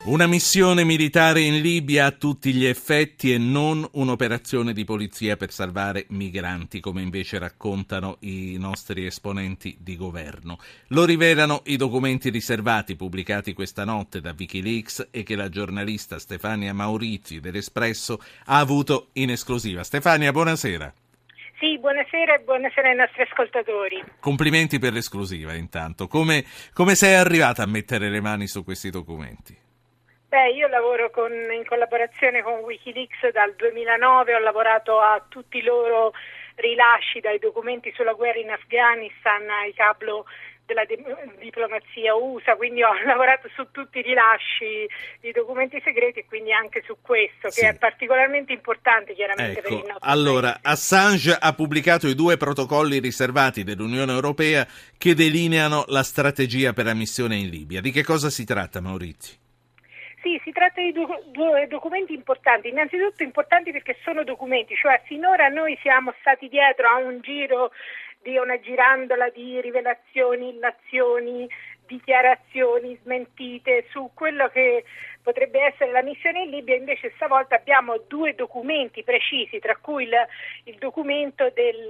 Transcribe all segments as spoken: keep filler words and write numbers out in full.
Una missione militare in Libia a tutti gli effetti e non un'operazione di polizia per salvare migranti, come invece raccontano i nostri esponenti di governo. Lo rivelano i documenti riservati pubblicati questa notte da Wikileaks e che la giornalista Stefania Maurizi dell'Espresso ha avuto in esclusiva. Stefania, buonasera. Sì, buonasera e buonasera ai nostri ascoltatori. Complimenti per l'esclusiva intanto. Come, come sei arrivata a mettere le mani su questi documenti? Beh, io lavoro con, in collaborazione con Wikileaks dal duemilanove, ho lavorato a tutti i loro rilasci, dai documenti sulla guerra in Afghanistan ai cablo della di- diplomazia U S A, quindi ho lavorato su tutti i rilasci di documenti segreti e quindi anche su questo, Sì. che è particolarmente importante chiaramente Ecco, per il nostro allora, paese. Assange ha pubblicato i due protocolli riservati dell'Unione Europea che delineano la strategia per la missione in Libia. Di che cosa si tratta, Maurizio? Sì, si tratta di due, due documenti importanti, innanzitutto importanti perché sono documenti, cioè finora noi siamo stati dietro a un giro di una girandola di rivelazioni, illazioni, dichiarazioni smentite su quello che potrebbe essere la missione in Libia, invece stavolta abbiamo due documenti precisi, tra cui il, il documento del,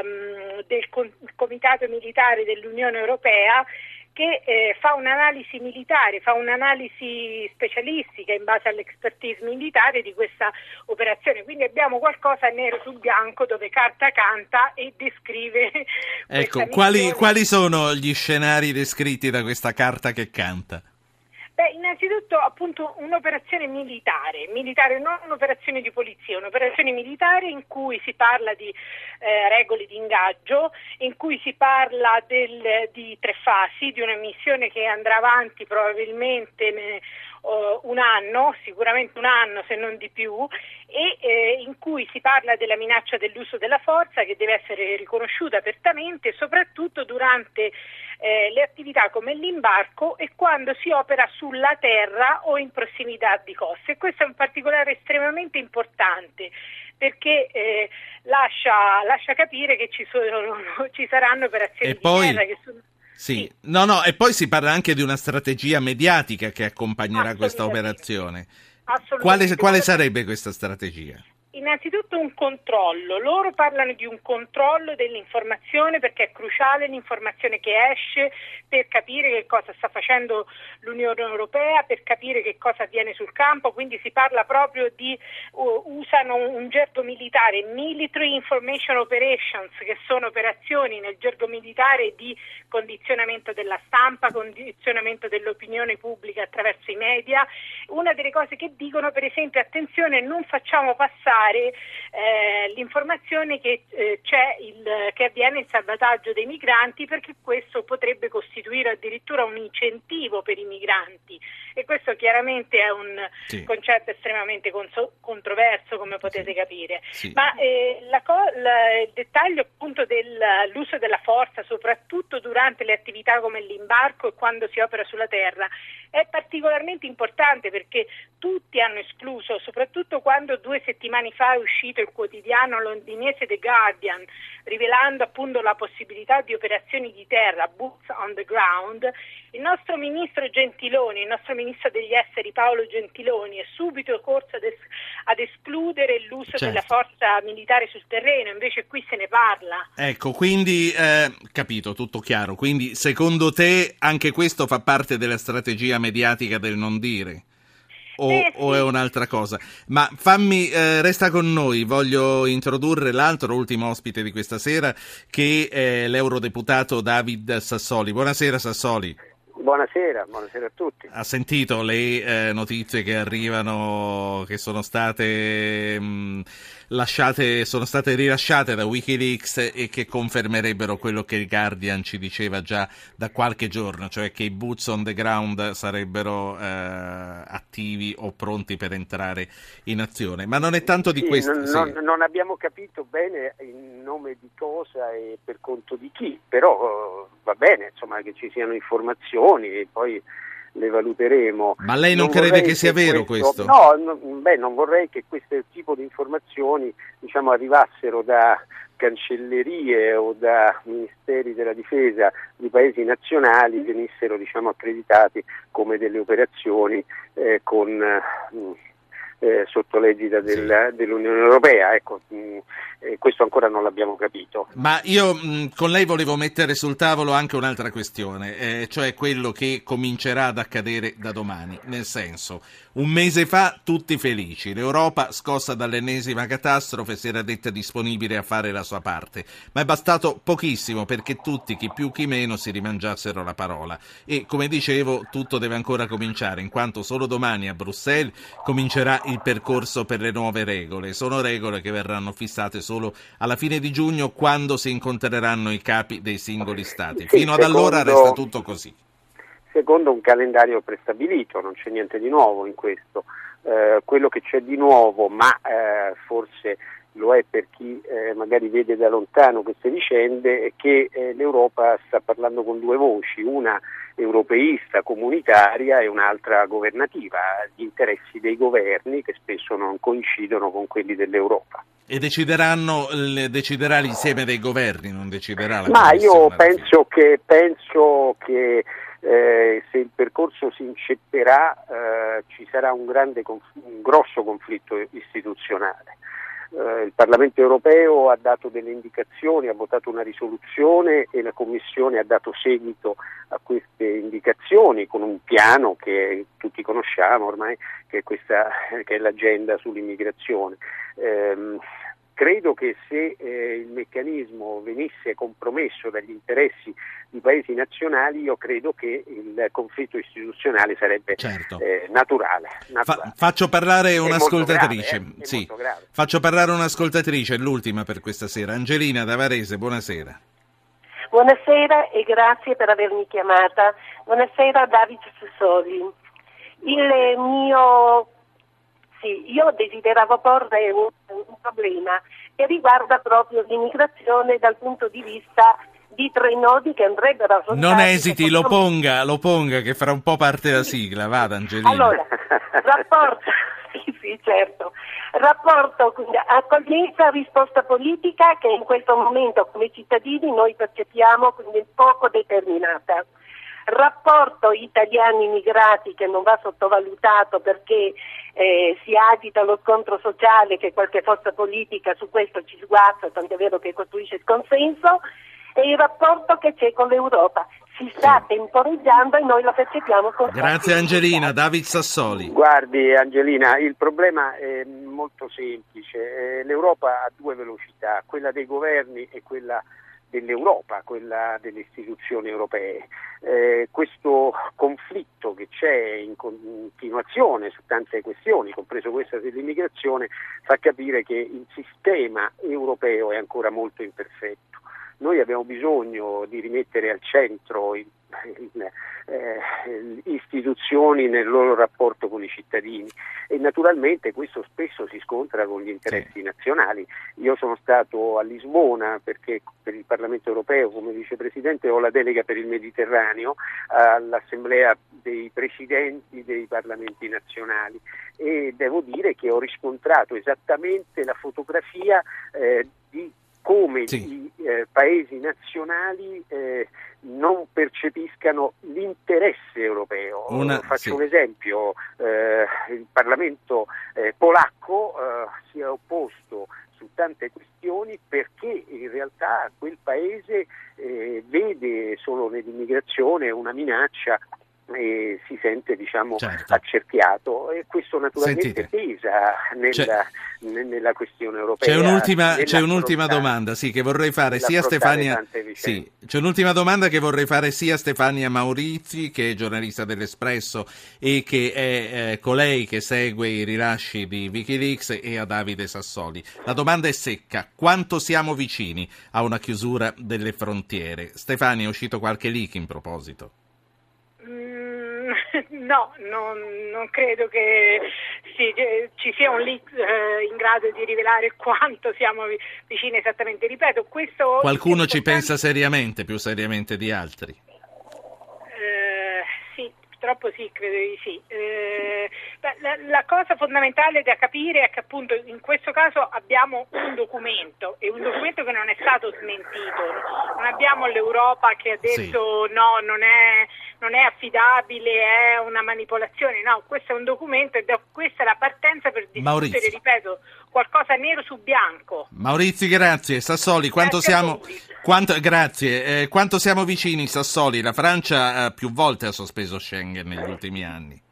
um, del Comitato Militare dell'Unione Europea che eh, fa un'analisi militare, fa un'analisi specialistica in base all'expertise militare di questa operazione. Quindi abbiamo qualcosa nero su bianco dove carta canta e descrive Ecco, questa quali, quali sono gli scenari descritti da questa carta che canta? Beh, innanzitutto appunto un'operazione militare, militare non un'operazione di polizia, un'operazione militare in cui si parla di eh, regole di ingaggio, in cui si parla del, di tre fasi, di una missione che andrà avanti probabilmente eh, un anno, sicuramente un anno se non di più, e eh, in cui si parla della minaccia dell'uso della forza che deve essere riconosciuta apertamente, soprattutto durante eh, le attività come l'imbarco e quando si opera sulla terra o in prossimità di coste. E questo è un particolare estremamente importante perché eh, lascia, lascia capire che ci, sono, ci saranno operazioni e di poi... terra che sono... Sì. Sì, no, no, e poi si parla anche di una strategia mediatica che accompagnerà questa operazione. Quale, quale sarebbe questa strategia? Innanzitutto un controllo, loro parlano di un controllo dell'informazione perché è cruciale l'informazione che esce per capire che cosa sta facendo l'Unione Europea, per capire che cosa avviene sul campo, quindi si parla proprio di, uh, usano un gergo militare, Military Information Operations, che sono operazioni nel gergo militare di condizionamento della stampa, condizionamento dell'opinione pubblica attraverso i media. Una delle cose che dicono, per esempio, attenzione, non facciamo passare Eh, l'informazione che eh, c'è il, che avviene il salvataggio dei migranti perché questo potrebbe costituire addirittura un incentivo per i migranti e questo chiaramente è un sì. concetto estremamente conso- controverso come potete sì. capire sì. ma eh, la co- la, il dettaglio appunto dell'uso della forza soprattutto durante le attività come l'imbarco e quando si opera sulla terra è particolarmente importante perché tutti hanno escluso, soprattutto quando due settimane fa è uscito il quotidiano londinese The Guardian, rivelando appunto la possibilità di operazioni di terra, boots on the ground, il nostro ministro Gentiloni, il nostro ministro degli esteri Paolo Gentiloni è subito corso ad, es- ad escludere l'uso certo. della forza militare sul terreno, invece qui se ne parla. Ecco, quindi, eh, capito, tutto chiaro, quindi secondo te anche questo fa parte della strategia mediatica del non dire? O, eh, sì. o è un'altra cosa? Ma fammi, eh, resta con noi, voglio introdurre l'altro ultimo ospite di questa sera che è l'eurodeputato David Sassoli. Buonasera Sassoli. Buonasera, buonasera a tutti. Ha sentito le eh, notizie che arrivano, che sono state mh, lasciate, sono state rilasciate da Wikileaks e che confermerebbero quello che il Guardian ci diceva già da qualche giorno, cioè che i boots on the ground sarebbero eh, attivi o pronti per entrare in azione. Ma non è tanto di sì, questo. Non, sì. non, non abbiamo capito bene in nome di cosa e per conto di chi, però va bene, insomma, che ci siano informazioni e poi le valuteremo. Ma lei non, non crede che sia che vero questo? questo? No, no, beh, non vorrei che questo tipo di informazioni, diciamo, arrivassero da cancellerie o da ministeri della difesa di paesi nazionali venissero, diciamo, accreditati come delle operazioni eh, con eh, sotto l'egida del, sì. dell'Unione Europea. Ecco, mh, eh, questo ancora non l'abbiamo capito. Ma io mh, con lei volevo mettere sul tavolo anche un'altra questione, eh, cioè quello che comincerà ad accadere da domani, nel senso, un mese fa tutti felici, l'Europa scossa dall'ennesima catastrofe si era detta disponibile a fare la sua parte, ma è bastato pochissimo perché tutti, chi più chi meno, si rimangiassero la parola e, come dicevo, tutto deve ancora cominciare, in quanto solo domani a Bruxelles comincerà il percorso per le nuove regole. Sono regole che verranno fissate solo alla fine di giugno, quando si incontreranno i capi dei singoli stati. Sì, Fino ad secondo... allora resta tutto così. Secondo un calendario prestabilito, non c'è niente di nuovo in questo. Eh, quello che c'è di nuovo, ma eh, forse lo è per chi eh, magari vede da lontano queste vicende, è che eh, l'Europa sta parlando con due voci, una europeista, comunitaria e un'altra governativa, gli interessi dei governi che spesso non coincidono con quelli dell'Europa. E decideranno, deciderà l'insieme dei governi, non deciderà la Ma Commissione? io penso che, penso che Eh, se il percorso si incepperà eh, ci sarà un, grande conf- un grosso conflitto istituzionale. Eh, il Parlamento europeo ha dato delle indicazioni, ha votato una risoluzione e la Commissione ha dato seguito a queste indicazioni con un piano che tutti conosciamo ormai, che è, questa, che è l'agenda sull'immigrazione. Eh, Credo che se eh, il meccanismo venisse compromesso dagli interessi di paesi nazionali, io credo che il conflitto istituzionale sarebbe certo. eh, naturale. naturale. Fa- faccio parlare un'ascoltatrice. Grave, eh? Sì. Faccio parlare un'ascoltatrice, l'ultima per questa sera. Angelina da Varese, buonasera. Buonasera e grazie per avermi chiamata. Buonasera David Sassoli. Il mio Sì, io desideravo porre un, un problema che riguarda proprio l'immigrazione dal punto di vista di tre nodi che andrebbero affrontati. Non esiti, lo ponga, lo ponga che fra un po' parte la sigla, vada Angelina. Allora, rapporto, sì, sì, certo, rapporto accoglienza risposta politica che in questo momento come cittadini noi percepiamo quindi poco determinata. Rapporto italiani immigrati che non va sottovalutato perché eh, si agita lo scontro sociale che qualche forza politica su questo ci sguazza, tant'è vero che costruisce il consenso, e il rapporto che c'è con l'Europa. Si sta temporeggiando e noi lo percepiamo con Grazie Angelina. David Sassoli. Guardi Angelina, il problema è molto semplice. L'Europa ha due velocità, quella dei governi e quella dell'Europa, quella delle istituzioni europee. Eh, questo conflitto che c'è in continuazione su tante questioni, compreso questa dell'immigrazione, fa capire che il sistema europeo è ancora molto imperfetto. Noi abbiamo bisogno di rimettere al centro il, il, eh, istituzioni nel loro rapporto con i cittadini e naturalmente questo spesso si scontra con gli interessi sì. nazionali. Io sono stato a Lisbona perché per il Parlamento europeo come vicepresidente ho la delega per il Mediterraneo all'assemblea dei presidenti dei parlamenti nazionali e devo dire che ho riscontrato esattamente la fotografia eh, di come sì. i eh, paesi nazionali eh, non percepiscano l'interesse europeo. Una, Faccio sì. un esempio, eh, il Parlamento eh, polacco eh, si è opposto su tante questioni perché in realtà quel paese eh, vede solo nell'immigrazione una minaccia e si sente diciamo certo. accerchiato e questo naturalmente Sentite. pesa nella, c'è, nella questione europea. C'è un'ultima, c'è un'ultima domanda sì, che vorrei fare sia a Stefania sì, c'è un'ultima domanda che vorrei fare sia a Stefania Maurizi che è giornalista dell'Espresso e che è eh, colei che segue i rilasci di Wikileaks e a Davide Sassoli. La domanda è secca: quanto siamo vicini a una chiusura delle frontiere? Stefania, è uscito qualche leak in proposito? No, non, non credo che sì, ci sia un leak eh, in grado di rivelare quanto siamo vicini esattamente. Ripeto, questo qualcuno ci pensa seriamente, più seriamente di altri. Eh, sì, purtroppo sì, credo di sì. Eh, beh, la, la cosa fondamentale da capire è che appunto in questo caso abbiamo un documento e un documento che non è stato smentito, non abbiamo l'Europa che ha detto sì. no, non è, non è affidabile, è una manipolazione, no, questo è un documento e da, questa è la partenza per discutere, Maurizio. ripeto, qualcosa nero su bianco. Maurizio, grazie. Sassoli, quanto grazie siamo quanto, grazie, eh, quanto siamo vicini, Sassoli? La Francia eh, più volte ha sospeso Schengen negli ultimi anni.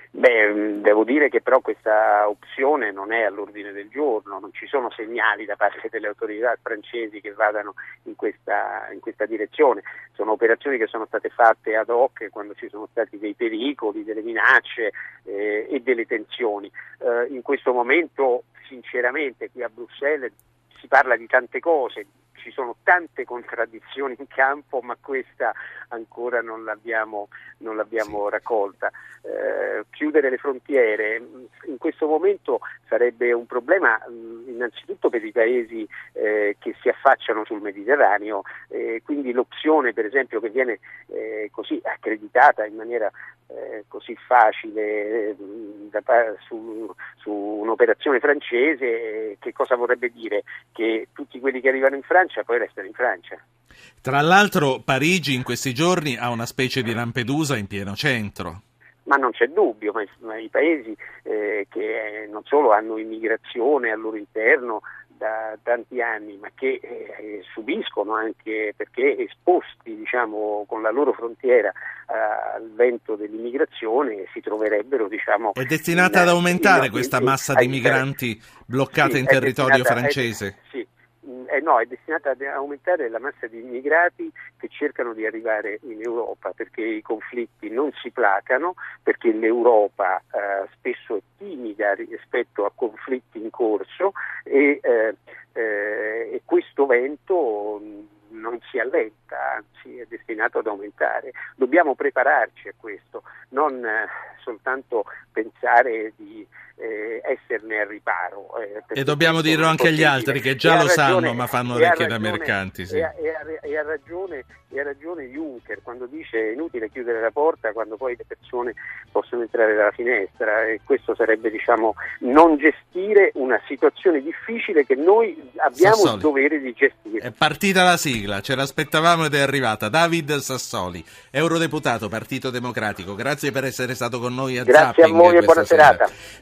Beh, devo dire che però questa opzione non è all'ordine del giorno, non ci sono segnali da parte delle autorità francesi che vadano in questa, in questa direzione, sono operazioni che sono state fatte ad hoc quando ci sono stati dei pericoli, delle minacce eh, e delle tensioni. Eh, in questo momento, sinceramente, qui a Bruxelles si parla di tante cose, ci sono tante contraddizioni in campo, ma questa ancora non l'abbiamo, non l'abbiamo sì. raccolta. Eh, chiudere le frontiere in questo momento sarebbe un problema mh, innanzitutto per i paesi eh, che si affacciano sul Mediterraneo, eh, quindi l'opzione per esempio che viene eh, così accreditata in maniera eh, così facile eh, da, su, su un'operazione francese, eh, che cosa vorrebbe dire? Che tutti quelli che arrivano in Francia poi restano in Francia. Tra l'altro Parigi in questi giorni ha una specie di Lampedusa in pieno centro. Ma non c'è dubbio, ma, ma i paesi eh, che non solo hanno immigrazione al loro interno da tanti anni, ma che eh, subiscono anche perché esposti, diciamo, con la loro frontiera eh, al vento dell'immigrazione, si troverebbero, diciamo, è destinata in, ad aumentare in, questa in, massa di migranti bloccata sì, in territorio francese? È, sì. Eh no, è destinata ad aumentare la massa di immigrati che cercano di arrivare in Europa, perché i conflitti non si placano, perché l'Europa eh, spesso è timida rispetto a conflitti in corso e, eh, eh, e questo vento non si allenta, anzi è destinato ad aumentare. Dobbiamo prepararci a questo, non eh, soltanto pensare di eh, esserne al riparo. Eh, e dobbiamo dirlo anche agli altri che già lo sanno ma fanno orecchie da mercanti. Sì. E, ha, e, ha, e, ha ragione, e ha ragione Juncker quando dice è inutile chiudere la porta quando poi le persone possono entrare dalla finestra, e questo sarebbe, diciamo, non gestire una situazione difficile che noi abbiamo Sassoli. Il dovere di gestire. È partita la sigla, ce l'aspettavamo ed è arrivata. David Sassoli, eurodeputato Partito Democratico, grazie per essere stato con noi a Grazie Zapping a voi e buona serata.